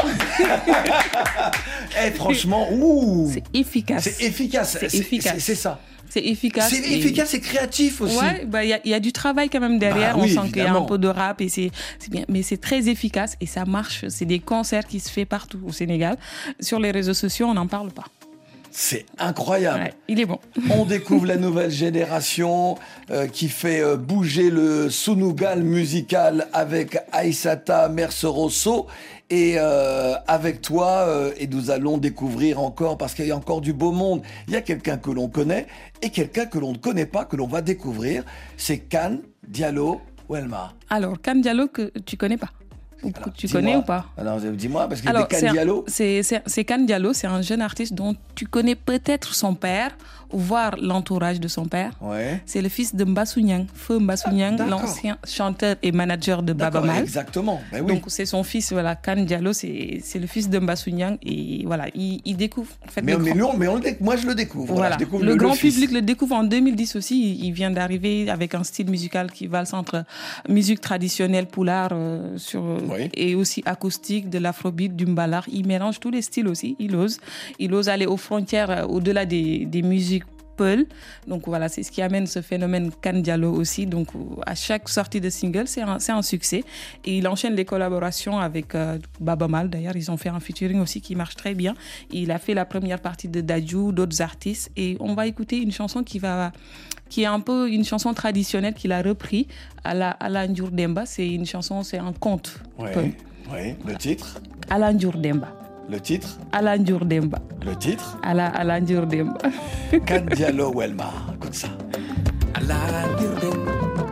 Eh, franchement, ouh. C'est efficace. C'est efficace. C'est efficace. C'est, c'est ça. C'est efficace. C'est et... efficace et créatif aussi. Ouais, bah il y, y a du travail quand même derrière. Bah, oui, on sent qu'il y a un peu de rap et c'est, c'est bien, mais c'est très efficace et ça marche. C'est des concerts qui se font partout au Sénégal. Sur les réseaux sociaux, on n'en parle pas. C'est incroyable. Ouais, il est bon. On découvre la nouvelle génération euh, qui fait euh, bouger le Sunugal musical avec Aïssata Merceroso. Et euh, avec toi, euh, et nous allons découvrir encore, parce qu'il y a encore du beau monde, il y a quelqu'un que l'on connaît et quelqu'un que l'on ne connaît pas, que l'on va découvrir. C'est Kane Diallo Welma. Alors, Kane Diallo que tu connais pas? Alors, tu connais ou pas? Alors, dis-moi, parce qu'il Alors, y a Kane Diallo. C'est, c'est, c'est Kane Diallo, c'est un jeune artiste dont tu connais peut-être son père, ou voir l'entourage de son père. Ouais. C'est le fils de Mbassou Niang, Feu Mbassou Niang, ah, l'ancien chanteur et manager de Baba Mal. Exactement, ben oui. Donc c'est son fils, voilà, Kane Diallo, c'est, c'est le fils de Mbassou Niang, et voilà, il, il découvre. En fait, mais, mais, grand... non, mais on le déc... moi je le découvre. Voilà. Je découvre le, le grand le public le découvre en deux mille dix aussi. Il vient d'arriver avec un style musical qui valse entre musique traditionnelle poulard euh, sur, oui. et aussi acoustique, de l'afrobeat, du mbalar. Il mélange tous les styles aussi. Il ose, il ose aller aux frontières, euh, au-delà des, des musiques Peul. Donc voilà, c'est ce qui amène ce phénomène Kane Diallo aussi. Donc à chaque sortie de single, c'est un, c'est un succès. Et il enchaîne les collaborations avec euh, Baba Mal. D'ailleurs, ils ont fait un featuring aussi qui marche très bien. Et il a fait la première partie de Dadju, d'autres artistes. Et on va écouter une chanson qui va... qui est un peu une chanson traditionnelle qu'il a repris à la, à la Ndiour Demba. C'est une chanson, c'est un conte. Oui, oui. Le titre Ala Ndiour Demba. Le titre Ala Ndiour Demba. Le titre Ala, Ala Ndiour Demba. Kane Diallo Welma. Écoute ça. Ala Ndiour Demba.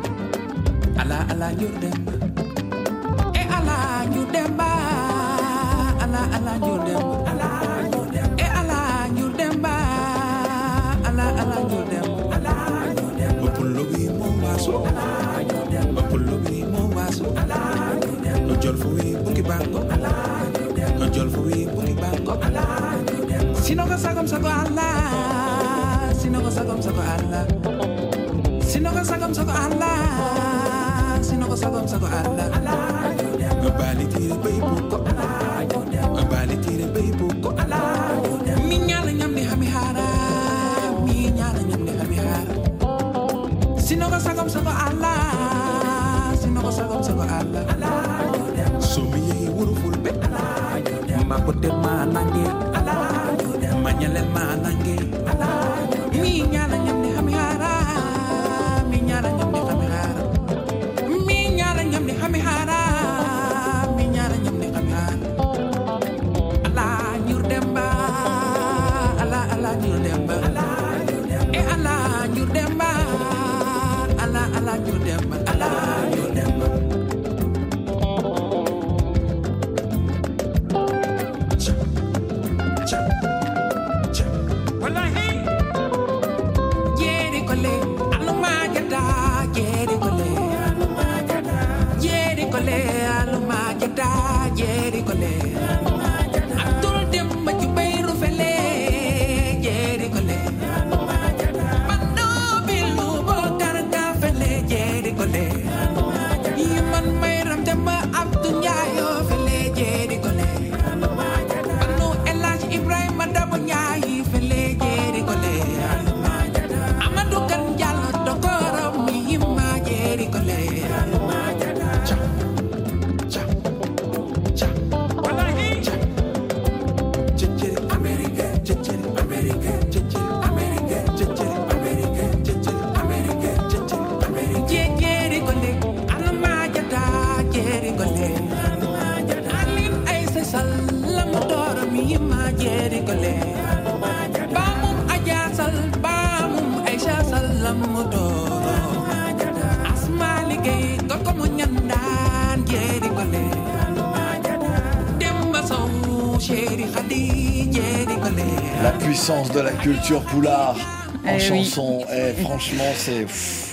Ala, Ala Ndiour Demba. Eh, Ala Ndiour Demba. Ala, Ala Ndiour Demba. Ala Ndiour Demba. Eh, Ala Ndiour Demba. Ala, Ala Ndiour Demba. Ala Ndiour Demba. Mapullobi mo waso. Ala Ndiour Demba. Mapullobi mo waso. Ala Ndiour Demba. No jolfo buki bango. Ala Ndiour Demba. No jolfo buki bango. Ala Ndiour Demba. Sinoga sagam sago Allah. Sinoga sagam sago Allah. Sinoga sagam sago Allah. Sinoga sagam sago Allah. Allah Ndiour Demba. Bali tire bay buko. Allah Ndiour Demba. Bali tire bay buko. Allah Ndiour Demba. Minyala nyamni hami hara. Minyala nyamni hami hara. Sinoga sagam sago Allah. Sinoga sagam sago Allah. Allah Ndiour Demba. Somiye wuru fulbe. Allah Ndiour Demba. Mapote manange. Allah Ndiour Demba. Manyalen manange. Allah Ndiour Demba. Minyala nyamni hami hara. Minyala nyamni hami hara. Minyala nyamni hami hara. Minyala nyamni hami hara. Allah Ndiour Demba. Allah Allah Ndiour Demba. Allah Ndiour Demba. Eh Allah Ndiour Demba. Allah Allah Ndiour Demba. Allah Ndiour Demba. La puissance de la culture poulard en eh chanson, oui. eh, franchement, c'est... Pff,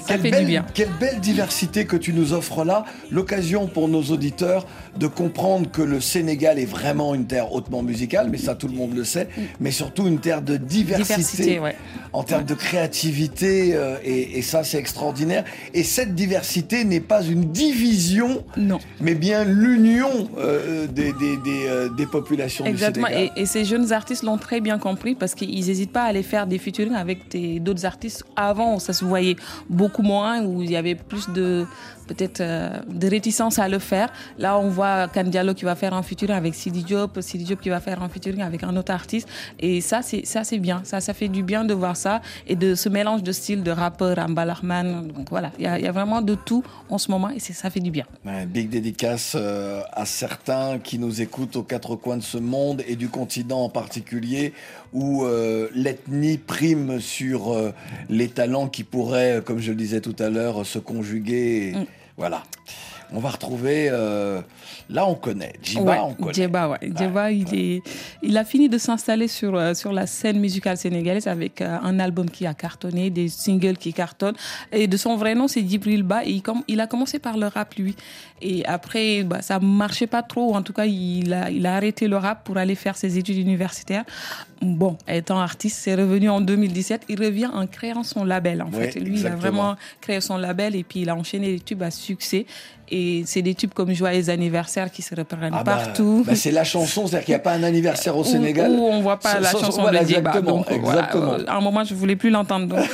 Ça fait belle, du bien. Quelle belle diversité que tu nous offres là. L'occasion pour nos auditeurs de comprendre que le Sénégal est vraiment une terre hautement musicale, mais ça tout le monde le sait, mais surtout une terre de diversité, Diversité, ouais. en termes de créativité, euh, et, et ça c'est extraordinaire. Et cette diversité n'est pas une division, non. mais bien l'union euh, des, des, des, euh, des populations Exactement. du Sénégal. Et, et ces jeunes artistes l'ont très bien compris parce qu'ils n'hésitent pas à aller faire des featuring avec des, d'autres artistes. Avant, ça se voyait beaucoup moins, où il y avait plus de peut-être euh, de réticence à le faire. Là, on voit Kane Diallo qui va faire un featuring avec Sidi Diop, Sidi Diop qui va faire un featuring avec un autre artiste. Et ça, c'est, ça, c'est bien. Ça, ça fait du bien de voir ça et de ce mélange de styles de rappeur à Mbalarman. Donc voilà, il y, y a vraiment de tout en ce moment et c'est, ça fait du bien. Ouais, big dédicace euh, à certains qui nous écoutent aux quatre coins de ce monde et du continent en particulier, où euh, l'ethnie prime sur euh, les talents qui pourraient, comme je le disais tout à l'heure, se conjuguer. Et, mm. Voilà. On va retrouver... Euh, là, on connaît. Djiba, ouais, on connaît. Djiba, ouais. Djiba, ouais, il, ouais. Est, il a fini de s'installer sur, euh, sur la scène musicale sénégalaise avec euh, un album qui a cartonné, des singles qui cartonnent. Et de son vrai nom, c'est Djibril Ba. Et il, com- il a commencé par le rap, lui. Et après, bah, ça ne marchait pas trop. En tout cas, il a, il a arrêté le rap pour aller faire ses études universitaires. Bon, étant artiste, c'est revenu en deux mille dix-sept. Il revient en créant son label, en ouais, fait. Lui, exactement. il a vraiment créé son label et puis il a enchaîné les tubes à succès. Et c'est des tubes comme Joyeux anniversaire qui se reprennent ah bah, partout. Bah c'est la chanson, c'est-à-dire qu'il n'y a pas un anniversaire au Sénégal. Où, où on ne voit pas ça, la ça, chanson voilà, de Djiba. Exactement, donc, exactement. Voilà, à un moment, je ne voulais plus l'entendre. Donc.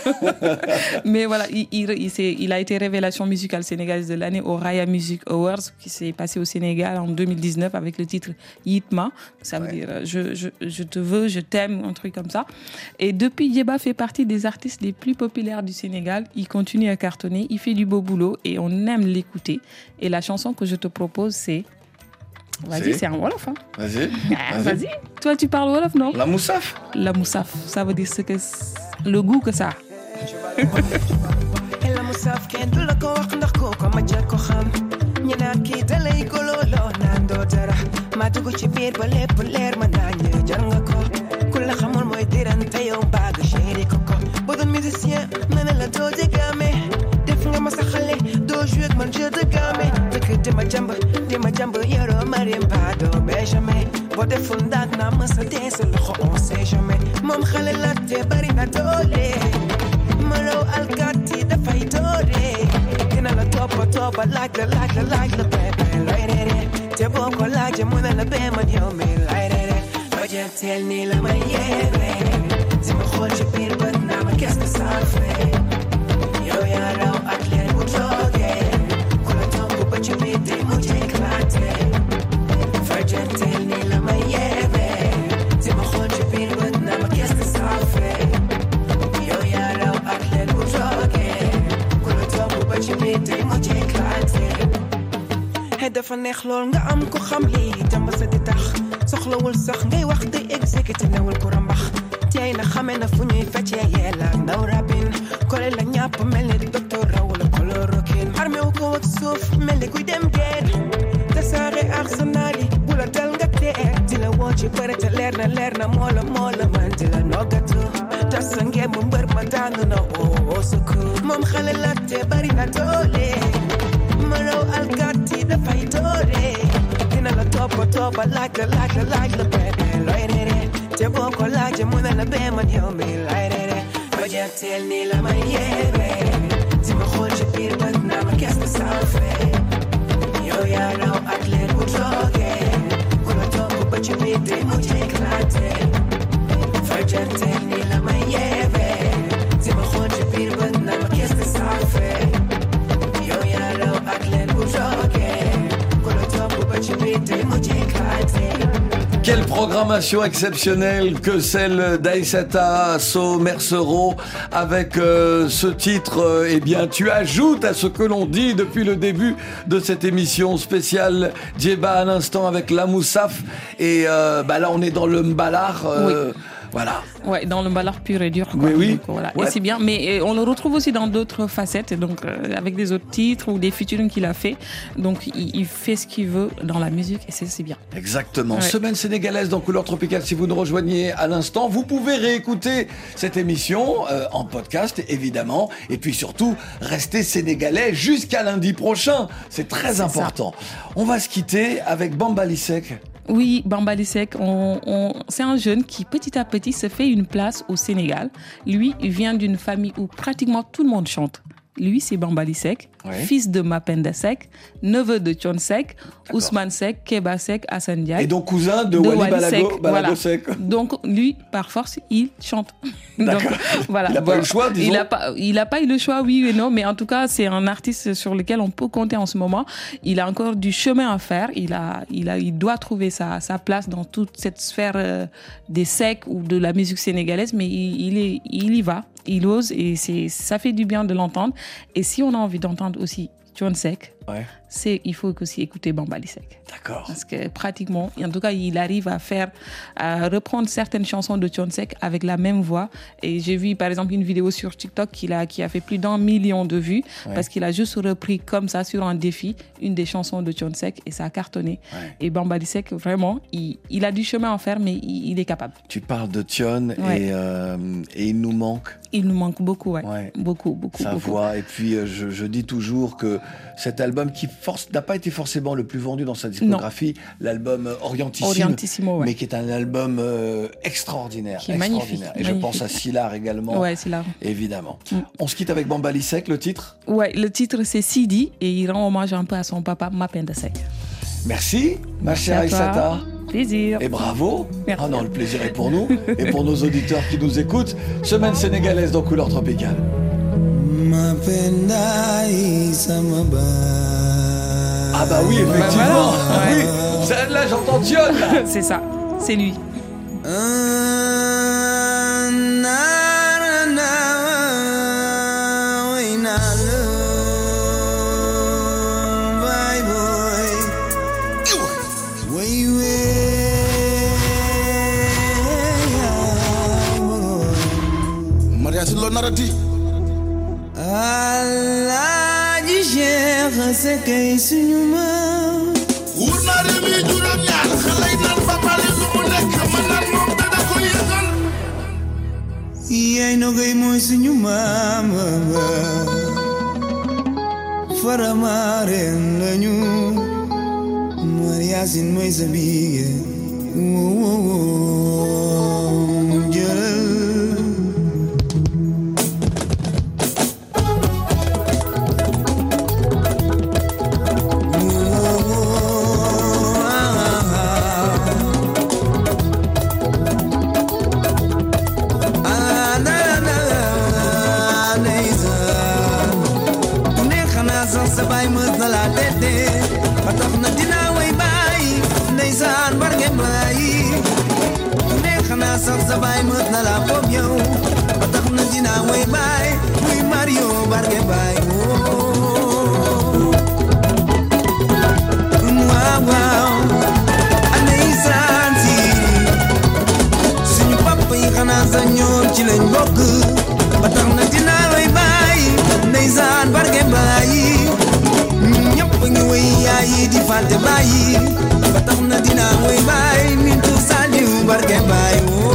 Mais voilà, il, il, il, il a été révélation musicale sénégalaise de l'année au Raya Music Awards, qui s'est passé au Sénégal en deux mille dix-neuf avec le titre Yitma. Ça veut ouais. dire je, je, je te veux, je t'aime, un truc comme ça. Et depuis, Djiba fait partie des artistes les plus populaires du Sénégal. Il continue à cartonner, il fait du beau boulot et on aime l'écouter. Et la chanson que je te propose, c'est... Vas-y, c'est, c'est un Wolof. Hein. Vas-y. Ah, vas-y. vas-y. Toi, tu parles Wolof, non? La moussaf. La moussaf, ça veut dire ce que le goût que ça a. La moussaf, kenn du la ko wax ndax kooku ma jël ko xam ñu naan kii da lay gololoo naan doo dara ma dugg ci biir ba lépp leer ma naan ñu jar nga ko ku la xamul mooy dirante yow baag chéri koko boo doon musicien na ne la doo jégaame def nga ma sa xale doo joué ak man jeu de gamme dëkk di ma jàmb di ma jàmb yoroo marim ba doo benjamin boo deful ndaat naa ma sa dee sa loxo on sait jamais moom xale la te bari na doole Maro alkati dafay doore dina la toppa toppa laaj la laaj la laaj la bébé looy reere te boo ko laajee mu ne la bee man yow mi lay reere ba jënteel ni la ma yeere si ma xool ci biir bët naa ma qu'est-ce que ça fait yow yaa raw ak leen bu toogee ku la topp ba ci biir tey mu ci éclaté ba jënteel ni la ma yeere si ma xool ci biir bët naa ma qu'est-ce que ça fait dafa neex lool nga am ko xam lii jàmba sa di tax soxlawul sax ngay wax di exécuté newul ku rambax tey na xame na fu ñuy feccee yeela ndaw rabin kole la ñàpp mel ni docteur rawula kolorokin armé wu ko ak suuf mel ni kuy dem geer te saare arsenal yi bu la dal nga teer di la woo ci bëre te leer na leer na moo la moo la man di la noggatu tas sa ngeen mu mbër ma daanu na oo suku moom xale la te bari na doole Maro alkati dafay doore dina la toppa toppa laaj la laaj la laaj la bébé looy reere te boo ko laajee mu ne la bee man yow mi lay reere ba jënteel ni la ma yeere si ma xool ci biir bët naa ma qu'est-ce que ça fait yow yaa raw ak leen bu toogee ku la topp ba ci biir tey mu ci éclaté ba jënteel ni la ma yeere si ma xool ci biir bët naa ma qu'est-ce que ça fait Quelle programmation exceptionnelle que celle d'Aïssata So Mercero avec euh, ce titre. Euh, eh bien, tu ajoutes à ce que l'on dit depuis le début de cette émission spéciale Djiba à l'instant avec la Moussaf. Et euh, bah là, on est dans le Mbalar. Euh, oui. Voilà. Ouais, dans le ballard pur et dur. Quoi. Oui, oui. Donc, voilà. Ouais. Et c'est bien, mais euh, on le retrouve aussi dans d'autres facettes, donc euh, avec des autres titres ou des featuring qu'il a fait. Donc il, il fait ce qu'il veut dans la musique et c'est, c'est bien. Exactement. Ouais. Semaine sénégalaise dans Couleur Tropicale. Si vous nous rejoignez à l'instant, vous pouvez réécouter cette émission euh, en podcast, évidemment. Et puis surtout, rester sénégalais jusqu'à lundi prochain. C'est très C'est important. On va se quitter avec Bamba Lisek. Oui, Bamba Lisek, on, on, c'est un jeune qui petit à petit se fait une place au Sénégal. Lui, il vient d'une famille où pratiquement tout le monde chante. Lui, c'est Bamba Lisek, ouais. Fils de Mapenda Seck, neveu de Thione Seck, Ousmane Seck, Keba Seck, Assane Ndiaye. Et donc cousin de, de Wally, Wally Balago, Seck. Balago voilà. Seck. Donc lui, par force, il chante. Donc, voilà. Il n'a bon, pas eu le choix, disons. Il n'a pas, il a pas eu le choix, oui et non, mais en tout cas, c'est un artiste sur lequel on peut compter en ce moment. Il a encore du chemin à faire. Il a, il a, il doit trouver sa, sa place dans toute cette sphère euh, des Seck ou de la musique sénégalaise, mais il, il, est, il y va. Il ose et c'est, ça fait du bien de l'entendre. Et si on a envie d'entendre aussi Thione Seck, ouais. c'est, il faut aussi écouter Bamba Lisek. D'accord. Parce que pratiquement, en tout cas, il arrive à faire, à reprendre certaines chansons de Thione Seck avec la même voix. Et j'ai vu, par exemple, une vidéo sur TikTok qui a, qui a fait plus d'un million de vues ouais. parce qu'il a juste repris comme ça sur un défi une des chansons de Thione Seck et ça a cartonné. Ouais. Et Bamba Lisek, vraiment, il, il a du chemin à faire, mais il, il est capable. Tu parles de Thione ouais. et, euh, et il nous manque. Il nous manque beaucoup, ouais. ouais. Beaucoup, beaucoup. Sa beaucoup. voix. Et puis, euh, je, je dis toujours que cet album qui force, n'a pas été forcément le plus vendu dans sa discographie, non. l'album Orientissimo, Orientissimo ouais. mais qui est un album euh, extraordinaire. Qui est extraordinaire. magnifique. Et magnifique. je pense à Sylar également. Ouais, Sylar. Évidemment. Mm. On se quitte avec Bamba Lisek, le titre ? Ouais, le titre c'est Sidi et il rend hommage un peu à son papa Mapenda Seck. Merci, ma Merci chère Aïssata. Plaisir. Et bravo. Merci. Ah non, le plaisir est pour nous et pour nos auditeurs qui nous écoutent. Semaine sénégalaise dans Couleur Tropicale. Ah bah oui, effectivement. Bah voilà. Ouais. Oui, celle-là, j'entends Thione. C'est ça, c'est lui. Narati Alaaji Cheikh Sekay suñu maam wur naa réew mi juróom ñaar xale yi naan ba pare lu mu nekk man naan moom te da ko yëgal yaay nogay mooy suñu maam faramaaren lañu Mar Yaasin mooy sa biige jëlal Sabay mut na la pop yow ba tax na dina way bay muy Mario barke bay waaw waaw anaysan si suñu papa yi xanaa sa ñoom ci lañ bokk ba tax na dina way bay ndeysaan barke bay ñëpp ngi way yaay di fàtte bay ba tax na dina way bay mintu Saliou barke bay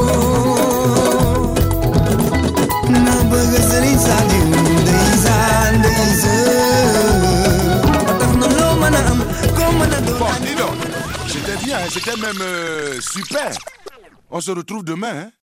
Bon, dis donc, c'était bien, c'était même euh, super. On se retrouve demain, hein?